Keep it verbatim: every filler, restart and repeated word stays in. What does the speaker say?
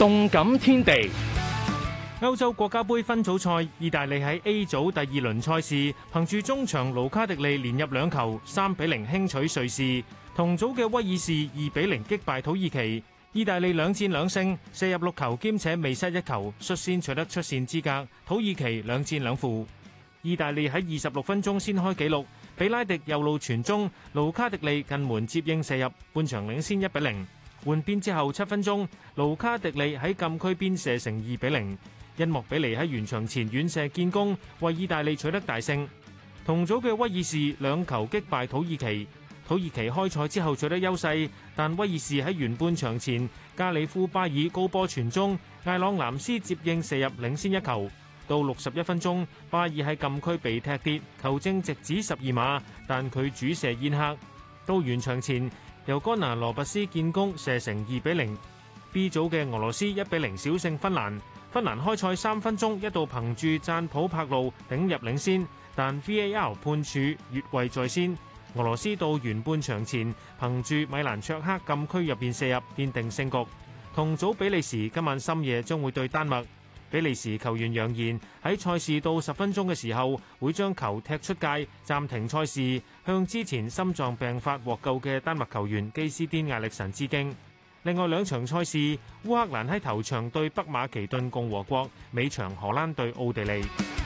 動感天地。 歐洲國家盃分組賽，意大利喺 A 組第二輪賽事，憑住中場盧卡迪利連入兩球，三比零輕取瑞士。同組嘅威爾士二比零擊敗土耳其。意大利兩戰兩勝，射入六球兼且未失一球，率先取得出線資格。土耳其兩戰兩負。意大利喺二十六分鐘先開紀錄，比拉迪右路傳中，盧卡迪利近門接應射入，半場領先一比零。換邊之後七分鐘，盧卡迪利喺禁區邊射成二比零。因莫比尼喺完場前遠射建功，為意大利取得大勝。同組嘅威爾士兩球擊敗土耳其。土耳其開賽之後取得優勢，但威爾士喺完半場前，加里夫巴爾高波傳中，艾朗南斯接應射入領先一球。到六十一分鐘，巴爾喺禁區被踢跌，球證直指十二碼，但佢主射宴客。到完場前，由干拿羅拔斯建功，射成二比零。B 組嘅俄羅斯一比零小勝芬蘭。芬蘭開賽三分鐘一度憑住贊普柏路頂入領先，但 V A R 判處越位在先。俄羅斯到完半場前憑住米蘭卓克禁區入邊射入，奠定勝局。同組比利時今晚深夜將會對丹麥。比利時球員揚言喺賽事到十分鐘嘅時候會將球踢出界，暫停賽事，向之前心臟病發獲救嘅丹麥球員基斯甸艾力神致敬。另外兩場賽事，烏克蘭喺頭場對北馬其頓共和國，尾場荷蘭對奧地利。